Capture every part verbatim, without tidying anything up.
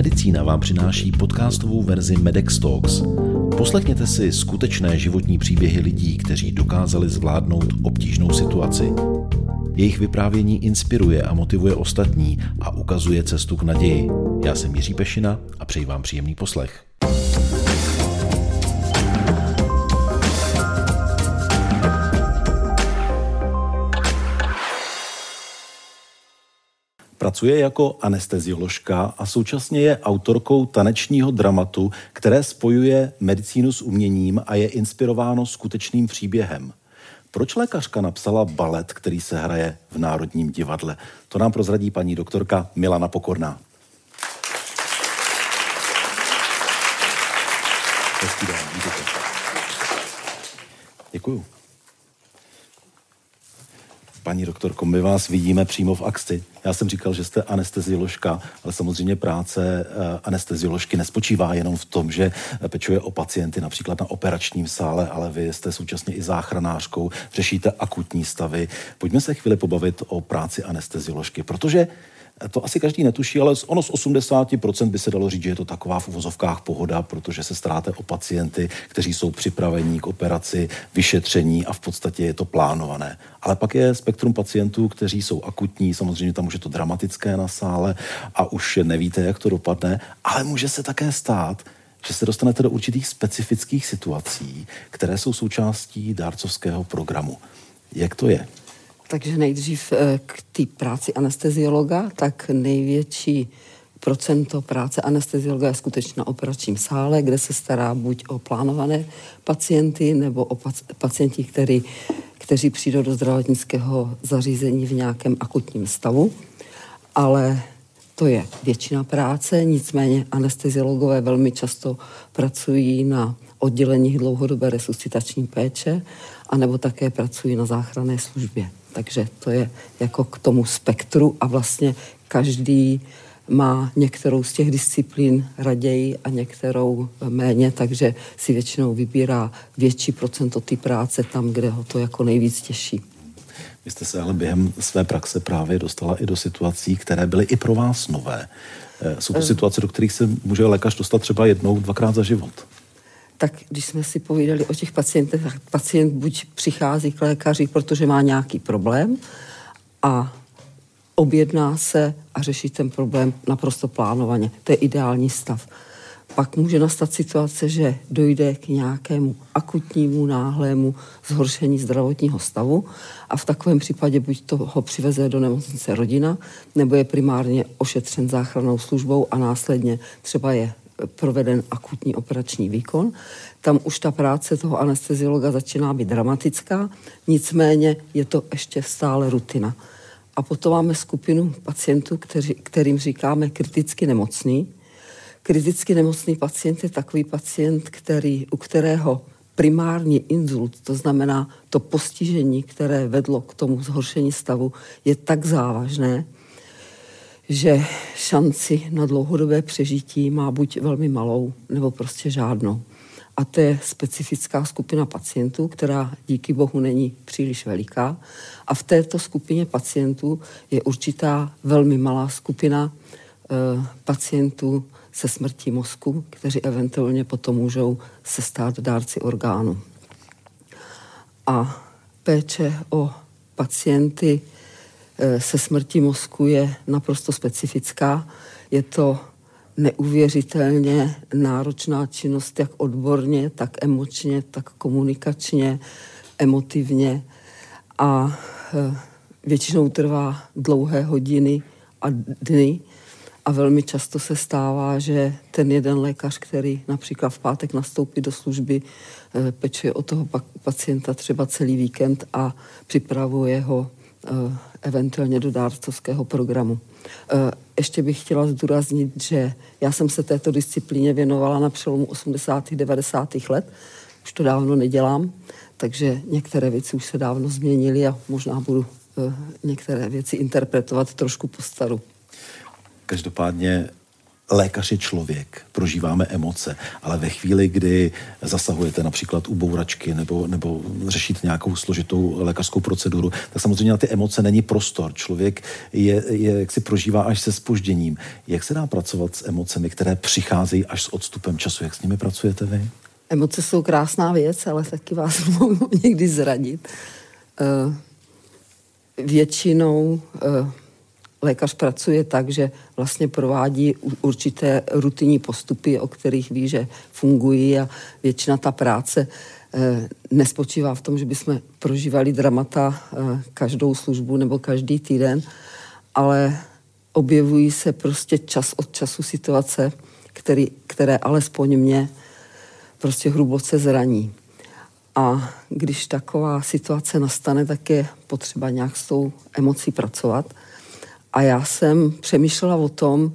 Medicína vám přináší podcastovou verzi Medex Talks. Poslechněte si skutečné životní příběhy lidí, kteří dokázali zvládnout obtížnou situaci. Jejich vyprávění inspiruje a motivuje ostatní a ukazuje cestu k naději. Já jsem Jiří Pešina a přeji vám příjemný poslech. Pracuje jako anestezioložka a současně je autorkou tanečního dramatu, které spojuje medicínu s uměním a je inspirováno skutečným příběhem. Proč lékařka napsala balet, který se hraje v Národním divadle? To nám prozradí paní doktorka Milana Pokorná. Hezký den, díky. Děkuju. Paní doktorko, my vás vidíme přímo v akci. Já jsem říkal, že jste anestezioložka, ale samozřejmě práce anestezioložky nespočívá jenom v tom, že pečuje o pacienty například na operačním sále, ale vy jste současně i záchranářkou, řešíte akutní stavy. Pojďme se chvíli pobavit o práci anestezioložky, protože to asi každý netuší, ale ono z osmdesát procent by se dalo říct, že je to taková v uvozovkách pohoda, protože se staráte o pacienty, kteří jsou připraveni k operaci, vyšetření a v podstatě je to plánované. Ale pak je spektrum pacientů, kteří jsou akutní, samozřejmě tam už je to dramatické na sále a už nevíte, jak to dopadne, ale může se také stát, že se dostanete do určitých specifických situací, které jsou součástí dárcovského programu. Jak to je? Takže nejdřív k té práci anesteziologa, tak největší procento práce anesteziologa je skutečně na operačním sále, kde se stará buď o plánované pacienty, nebo o pacienti, který, kteří přijdou do zdravotnického zařízení v nějakém akutním stavu. Ale to je většina práce, nicméně anesteziologové velmi často pracují na odděleních dlouhodobé resuscitační péče, anebo také pracují na záchranné službě. Takže to je jako k tomu spektru a vlastně každý má některou z těch disciplín raději a některou méně, takže si většinou vybírá větší procento té práce tam, kde ho to jako nejvíc těší. Vy jste se ale během své praxe právě dostala i do situací, které byly i pro vás nové. Jsou to situace, do kterých se může lékař dostat třeba jednou, dvakrát za život. Tak když jsme si povídali o těch pacientech, tak pacient buď přichází k lékaři, protože má nějaký problém a objedná se a řeší ten problém naprosto plánovaně. To je ideální stav. Pak může nastat situace, že dojde k nějakému akutnímu, náhlému zhoršení zdravotního stavu a v takovém případě buď to ho přiveze do nemocnice rodina, nebo je primárně ošetřen záchrannou službou a následně třeba je proveden akutní operační výkon. Tam už ta práce toho anesteziologa začíná být dramatická, nicméně je to ještě stále rutina. A potom máme skupinu pacientů, kteří, kterým říkáme kriticky nemocný. Kriticky nemocný pacient je takový pacient, který, u kterého primární insult, to znamená to postižení, které vedlo k tomu zhoršení stavu, je tak závažné, že šanci na dlouhodobé přežití má buď velmi malou, nebo prostě žádnou. A to je specifická skupina pacientů, která díky bohu není příliš veliká. A v této skupině pacientů je určitá velmi malá skupina e, pacientů se smrtí mozku, kteří eventuálně potom můžou se stát dárci orgánů. A péče o pacienty se smrtí mozku je naprosto specifická. Je to neuvěřitelně náročná činnost, jak odborně, tak emočně, tak komunikačně, emotivně a většinou trvá dlouhé hodiny a dny a velmi často se stává, že ten jeden lékař, který například v pátek nastoupí do služby, pečuje o toho pacienta třeba celý víkend a připravuje ho eventuálně do dárcovského programu. Ještě bych chtěla zdůraznit, že já jsem se této disciplíně věnovala na přelomu osmdesátých devadesátých let. Už to dávno nedělám, takže některé věci už se dávno změnily a možná budu některé věci interpretovat trošku po staru. Každopádně lékař je člověk, prožíváme emoce, ale ve chvíli, kdy zasahujete například u bouračky nebo, nebo řešíte nějakou složitou lékařskou proceduru, tak samozřejmě na ty emoce není prostor. Člověk je, je, jak si prožívá až se zpožděním. Jak se dá pracovat s emocemi, které přicházejí až s odstupem času? Jak s nimi pracujete vy? Emoce jsou krásná věc, ale taky vás mohou někdy zranit. Uh, většinou uh, lékař pracuje tak, že vlastně provádí určité rutinní postupy, o kterých ví, že fungují, a většina ta práce eh, nespočívá v tom, že bychom prožívali dramata eh, každou službu nebo každý týden, ale objevují se prostě čas od času situace, který, které alespoň mě prostě hluboce zraní. A když taková situace nastane, tak je potřeba nějak s tou emocí pracovat. A já jsem přemýšlela o tom,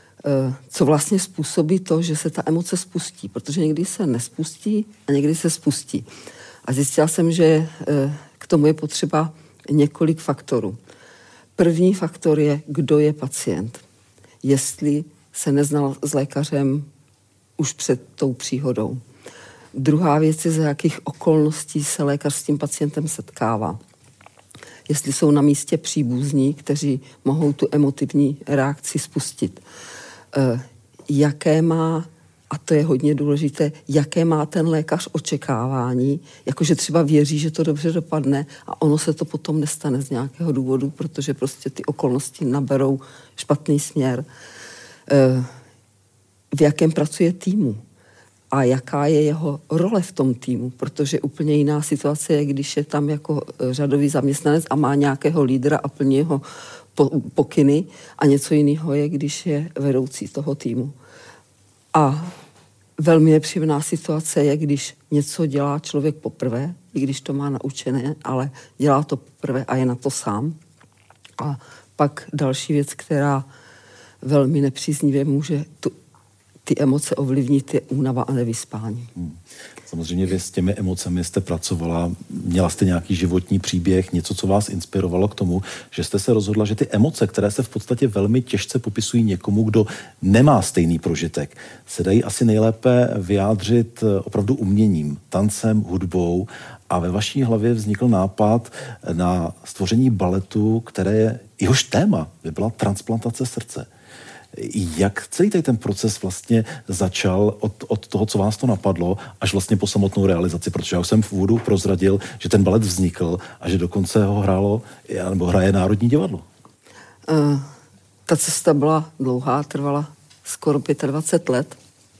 co vlastně způsobí to, že se ta emoce spustí. Protože někdy se nespustí a někdy se spustí. A zjistila jsem, že k tomu je potřeba několik faktorů. První faktor je, kdo je pacient. Jestli se neznal s lékařem už před tou příhodou. Druhá věc je, za jakých okolností se lékař s tím pacientem setkává. Jestli jsou na místě příbuzní, kteří mohou tu emotivní reakci spustit. E, jaké má, a to je hodně důležité, jaké má ten lékař očekávání, jakože třeba věří, že to dobře dopadne a ono se to potom nestane z nějakého důvodu, protože prostě ty okolnosti naberou špatný směr. E, v jakém pracuje týmu? A jaká je jeho role v tom týmu, protože úplně jiná situace je, když je tam jako řadový zaměstnanec a má nějakého lídra a plní jeho pokyny, a něco jiného je, když je vedoucí toho týmu. A velmi nepříjemná situace je, když něco dělá člověk poprvé, i když to má naučené, ale dělá to poprvé a je na to sám. A pak další věc, která velmi nepříznivě může tu ty emoce ovlivnit, je únava a nevyspání. Hmm. Samozřejmě vy s těmi emocemi jste pracovala, měla jste nějaký životní příběh, něco, co vás inspirovalo k tomu, že jste se rozhodla, že ty emoce, které se v podstatě velmi těžce popisují někomu, kdo nemá stejný prožitek, se dají asi nejlépe vyjádřit opravdu uměním, tancem, hudbou, a ve vaší hlavě vznikl nápad na stvoření baletu, které jehož téma by byla transplantace srdce. Jak celý tady ten proces vlastně začal od, od toho, co vás to napadlo, až vlastně po samotnou realizaci? Protože já už jsem v úvodu prozradil, že ten balet vznikl a že dokonce ho hrálo, nebo hraje Národní divadlo. Uh, ta cesta byla dlouhá, trvala skoro dvacet pět let.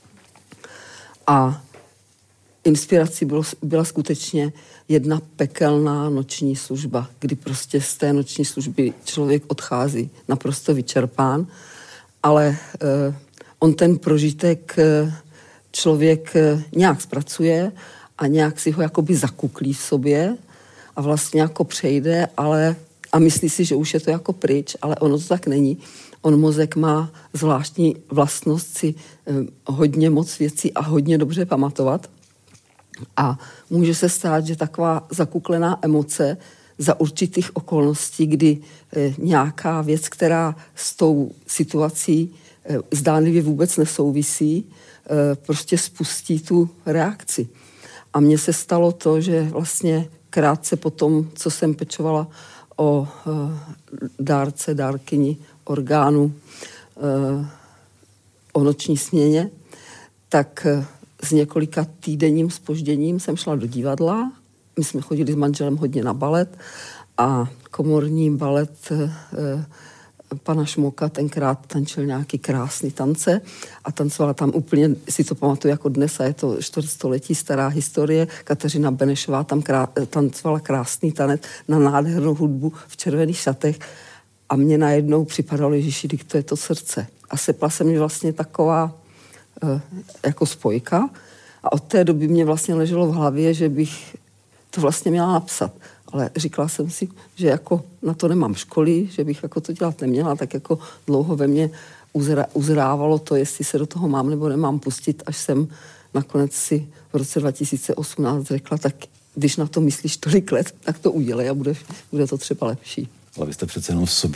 A inspirací bylo, byla skutečně jedna pekelná noční služba, kdy prostě z té noční služby člověk odchází naprosto vyčerpán, ale eh, on ten prožitek eh, člověk eh, nějak zpracuje a nějak si ho jakoby zakuklí v sobě a vlastně jako přejde, ale a myslí si, že už je to jako pryč, ale ono to tak není. On mozek má zvláštní vlastnost si eh, hodně moc věcí a hodně dobře pamatovat. A může se stát, že taková zakuklená emoce za určitých okolností, kdy e, nějaká věc, která s tou situací e, zdánlivě vůbec nesouvisí, e, prostě spustí tu reakci. A mně se stalo to, že vlastně krátce po tom, co jsem pečovala o e, dárce, dárkyni orgánu, e, o noční směně, tak e, s několika týdenním zpožděním jsem šla do divadla. My jsme chodili s manželem hodně na balet a komorní balet e, pana Šmoka tenkrát tančil nějaký krásný tance a tancovala tam úplně, si to pamatuju jako dnes, a je to čtvrtstoletí stará historie. Kateřina Benešová tam krá, tancovala krásný tanec na nádhernou hudbu v červených šatech a mně najednou připadalo, Ježiši, to je to srdce. A sepla se mi vlastně taková e, jako spojka a od té doby mě vlastně leželo v hlavě, že bych to vlastně měla napsat. Ale říkala jsem si, že jako na to nemám školy, že bych jako to dělat neměla, tak jako dlouho ve mně uzra, uzrávalo to, jestli se do toho mám nebo nemám pustit, až jsem nakonec si v roce dva tisíce osmnáct řekla, tak když na to myslíš tolik let, tak to udělej a bude, bude to třeba lepší. Ale vy jste přece jenom v sobě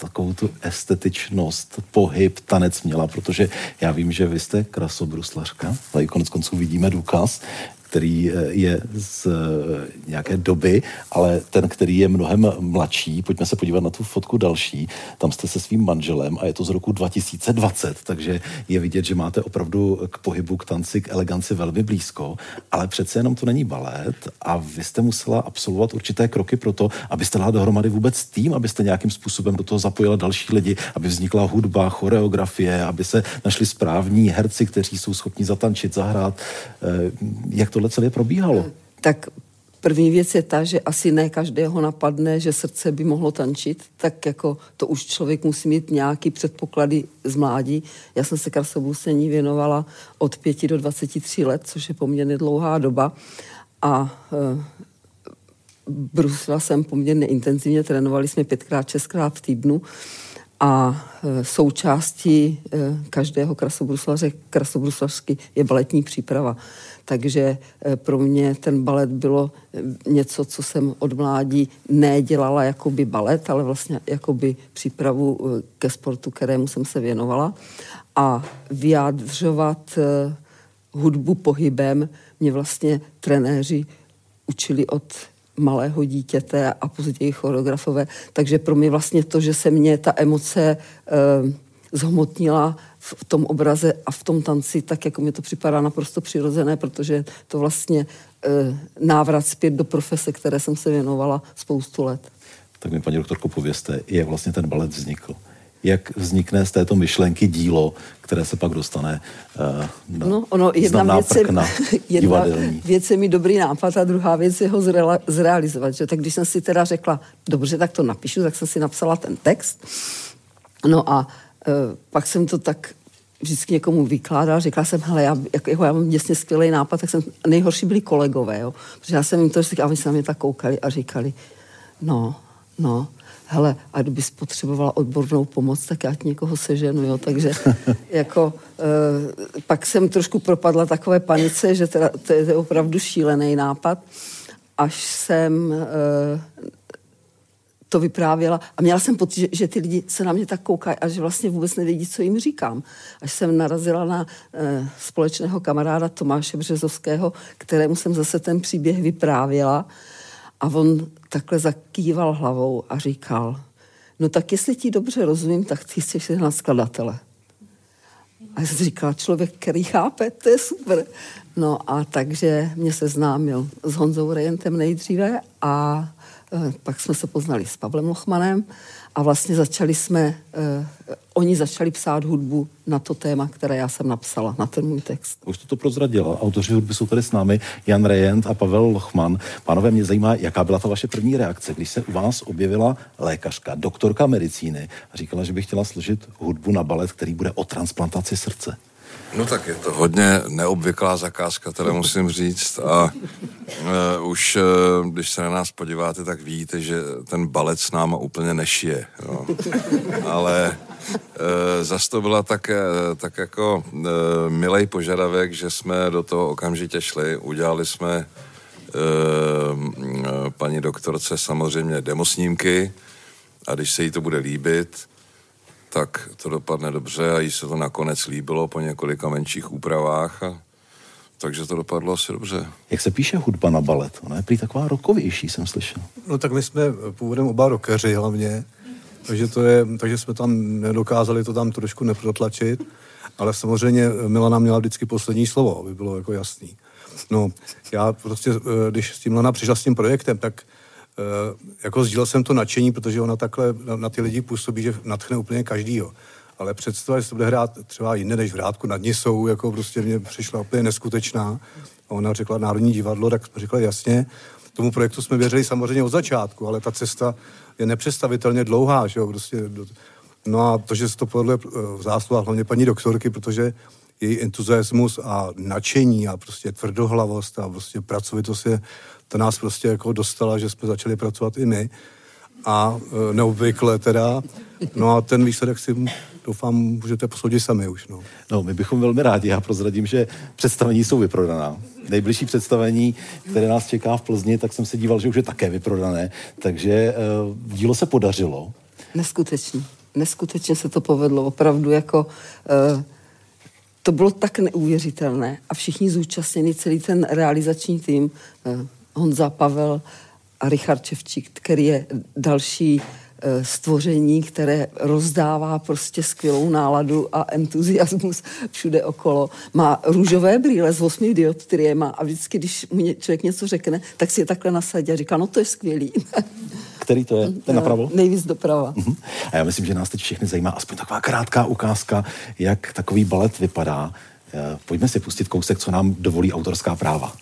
takovou tu estetičnost, pohyb, tanec měla, protože já vím, že vy jste krasobruslařka, tady konec konců vidíme důkaz, který je z nějaké doby, ale ten, který je mnohem mladší, pojďme se podívat na tu fotku další, tam jste se svým manželem a je to z roku dva tisíce dvacet, takže je vidět, že máte opravdu k pohybu, k tanci, k eleganci velmi blízko, ale přece jenom to není balet a vy jste musela absolvovat určité kroky pro to, abyste dala dohromady vůbec tým, abyste nějakým způsobem do toho zapojila další lidi, aby vznikla hudba, choreografie, aby se našli správní herci, kteří jsou schopni zatančit, zahrát. Jak tohle celé probíhalo? Tak první věc je ta, že asi ne každého napadne, že srdce by mohlo tančit, tak jako to už člověk musí mít nějaký předpoklady z mládí. Já jsem se krasobruslení věnovala od pěti do dvaceti tří let, což je poměrně dlouhá doba a e, brusla jsem poměrně intenzivně, trénovali jsme pětkrát, šestkrát v týdnu a e, součástí e, každého krasobruslaře, krasobruslařky je baletní příprava. Takže pro mě ten balet bylo něco, co jsem od mládí nedělala jakoby balet, ale vlastně jakoby přípravu ke sportu, kterému jsem se věnovala. A vyjádřovat hudbu pohybem mě vlastně trenéři učili od malého dítěte a později choreografové. Takže pro mě vlastně to, že se mě ta emoce zhmotnila v tom obraze a v tom tanci, tak jako mi to připadá naprosto přirozené, protože to vlastně e, návrat zpět do profese, které jsem se věnovala spoustu let. Tak mi, paní doktorko, povězte, jak vlastně ten balet vznikl. Jak vznikne z této myšlenky dílo, které se pak dostane uh, na no, ono, jedna věc je, na jedna věc je mi dobrý nápad a druhá věc je ho zreala, zrealizovat. Že? Tak když jsem si teda řekla, dobře, tak to napíšu, tak jsem si napsala ten text. No a Uh, pak jsem to tak vždycky někomu vykládala, řekla jsem, hele, já, jako, já mám děsně skvělý nápad, tak jsem, nejhorší byli kolegové, jo, protože já jsem jim to říkala a oni se na mě tak koukali a říkali, no, no, hele, a kdybys potřebovala odbornou pomoc, tak já ti někoho seženu, jo, takže jako uh, pak jsem trošku propadla takové panice, že teda, to je opravdu šílený nápad, až jsem uh, to vyprávěla a měla jsem pocit, že, že ty lidi se na mě tak koukají a že vlastně vůbec nevědí, co jim říkám. Až jsem narazila na e, společného kamaráda Tomáše Březovského, kterému jsem zase ten příběh vyprávěla a on takhle zakýval hlavou a říkal, no tak jestli ti dobře rozumím, tak ty chceš na skladatele. A já jsem říkala, člověk, který chápe, to je super. No a takže mě seznámil s Honzou Rejentem nejdříve a pak jsme se poznali s Pavlem Lochmanem a vlastně začali jsme, eh, oni začali psát hudbu na to téma, které já jsem napsala, na ten můj text. Už jste to prozradila. Autoři hudby jsou tady s námi, Jan Rejent a Pavel Lochman. Pánové, mě zajímá, jaká byla ta vaše první reakce, když se u vás objevila lékařka, doktorka medicíny a říkala, že by chtěla složit hudbu na balet, který bude o transplantaci srdce. No tak je to hodně neobvyklá zakázka, teda musím říct a uh, už uh, když se na nás podíváte, tak vidíte, že ten balet s náma úplně nešije, jo. Ale uh, zas to byla tak, tak jako uh, milej požadavek, že jsme do toho okamžitě šli, udělali jsme uh, paní doktorce samozřejmě demosnímky a když se jí to bude líbit, tak to dopadne dobře a jí se to nakonec líbilo po několika menších úpravách a takže to dopadlo asi dobře. Jak se píše hudba na balet? Ona je prý taková rockovější, jsem slyšel. No tak my jsme původem oba rockeři hlavně, takže, to je, takže jsme tam nedokázali to tam trošku neprotlačit, ale samozřejmě Milana měla vždycky poslední slovo, aby bylo jako jasný. No, já prostě, když s tím Milana přišla s tím projektem, tak Uh, jako sdílel jsem to nadšení, protože ona takhle na, na ty lidi působí, že nadchne úplně každýho. Ale představa, že se bude hrát třeba jiné než v Hrádku nad Nisou, jako prostě mě přišla úplně neskutečná. A ona řekla Národní divadlo, tak jsme řekli jasně. Tomu projektu jsme věřili samozřejmě od začátku, ale ta cesta je nepředstavitelně dlouhá, že jo, prostě. No a to, že se to povedlo v zásluhách hlavně paní doktorky, protože její entuziasmus a nadšení a prostě tvrdohlavost a prostě pracovitost je, to nás prostě jako dostala, že jsme začali pracovat i my. A e, neobvykle teda. No a ten výsledek si doufám můžete posoudit sami už. No. no, my bychom velmi rádi. Já prozradím, že představení jsou vyprodaná. Nejbližší představení, které nás čeká v Plzni, tak jsem se díval, že už je také vyprodané. Takže e, dílo se podařilo. Neskutečně. Neskutečně se to povedlo. Opravdu jako... Uh, to bylo tak neuvěřitelné. A všichni zúčastněni, celý ten realizační tým, uh, Honza, Pavel a Richard Ševčík, který je další uh, stvoření, které rozdává prostě skvělou náladu a entuziasmus všude okolo. Má růžové brýle s osmi dioptriema a vždycky, když mu člověk něco řekne, tak si je takhle nasadí a říká, no to je skvělý. Který to je? Ten napravo? Nejvíc doprava. Uh-huh. A já myslím, že nás teď všechny zajímá aspoň taková krátká ukázka, jak takový balet vypadá. Pojďme si pustit kousek, co nám dovolí autorská práva.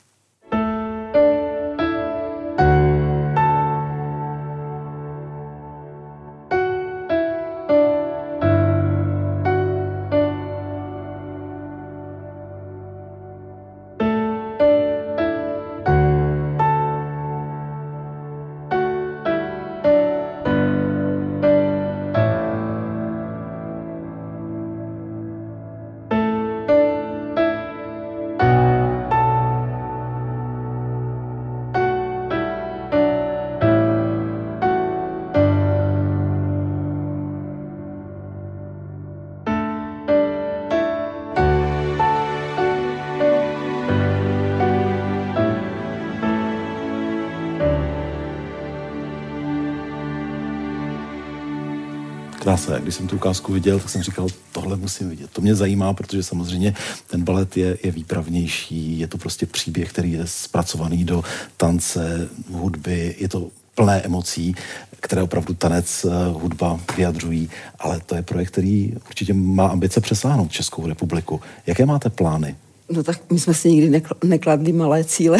Krása. Když jsem tu ukázku viděl, tak jsem říkal, tohle musím vidět. To mě zajímá, protože samozřejmě ten balet je, je výpravnější, je to prostě příběh, který je zpracovaný do tance, hudby, je to plné emocí, které opravdu tanec, hudba vyjadřují, ale to je projekt, který určitě má ambice přesáhnout Českou republiku. Jaké máte plány? No tak my jsme si nikdy nekladli malé cíle.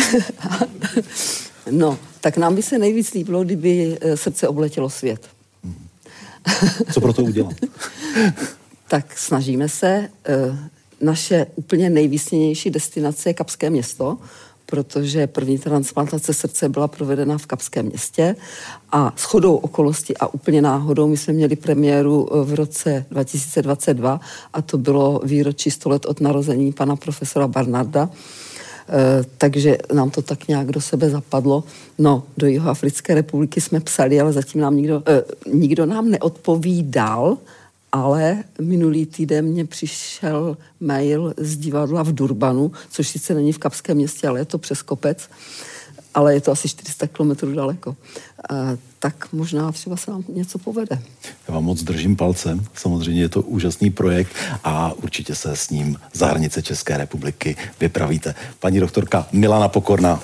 No, tak nám by se nejvíc líbilo, kdyby Srdce obletělo svět. Co pro to udělat? Tak snažíme se. Naše úplně nejvýsněnější destinace je Kapské město, protože první transplantace srdce byla provedena v Kapském městě a shodou okolností a úplně náhodou my jsme měli premiéru v roce dva tisíce dvacet dva a to bylo výročí sto let od narození pana profesora Barnarda. Uh, takže nám to tak nějak do sebe zapadlo. No, do Jihoafrické republiky jsme psali, ale zatím nám nikdo, uh, nikdo nám neodpovídal, ale minulý týden mě přišel mail z divadla v Durbanu, což sice není v Kapském městě, ale je to přes kopec, ale je to asi čtyři sta kilometrů daleko. Uh, tak možná třeba se nám něco povede. Já vám moc držím palcem. Samozřejmě je to úžasný projekt a určitě se s ním za hranice České republiky vypravíte. Paní doktorka Milana Pokorná.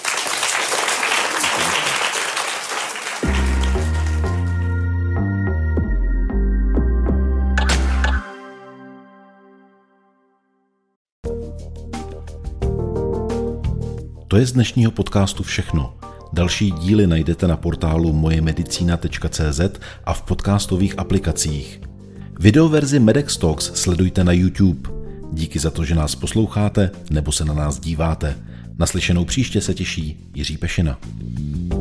To je z dnešního podcastu všechno. Další díly najdete na portálu moje medicína tečka cé zet a v podcastových aplikacích. Videoverzi Medex Talks sledujte na YouTube. Díky za to, že nás posloucháte nebo se na nás díváte. Naslyšenou příště se těší Jiří Pešina.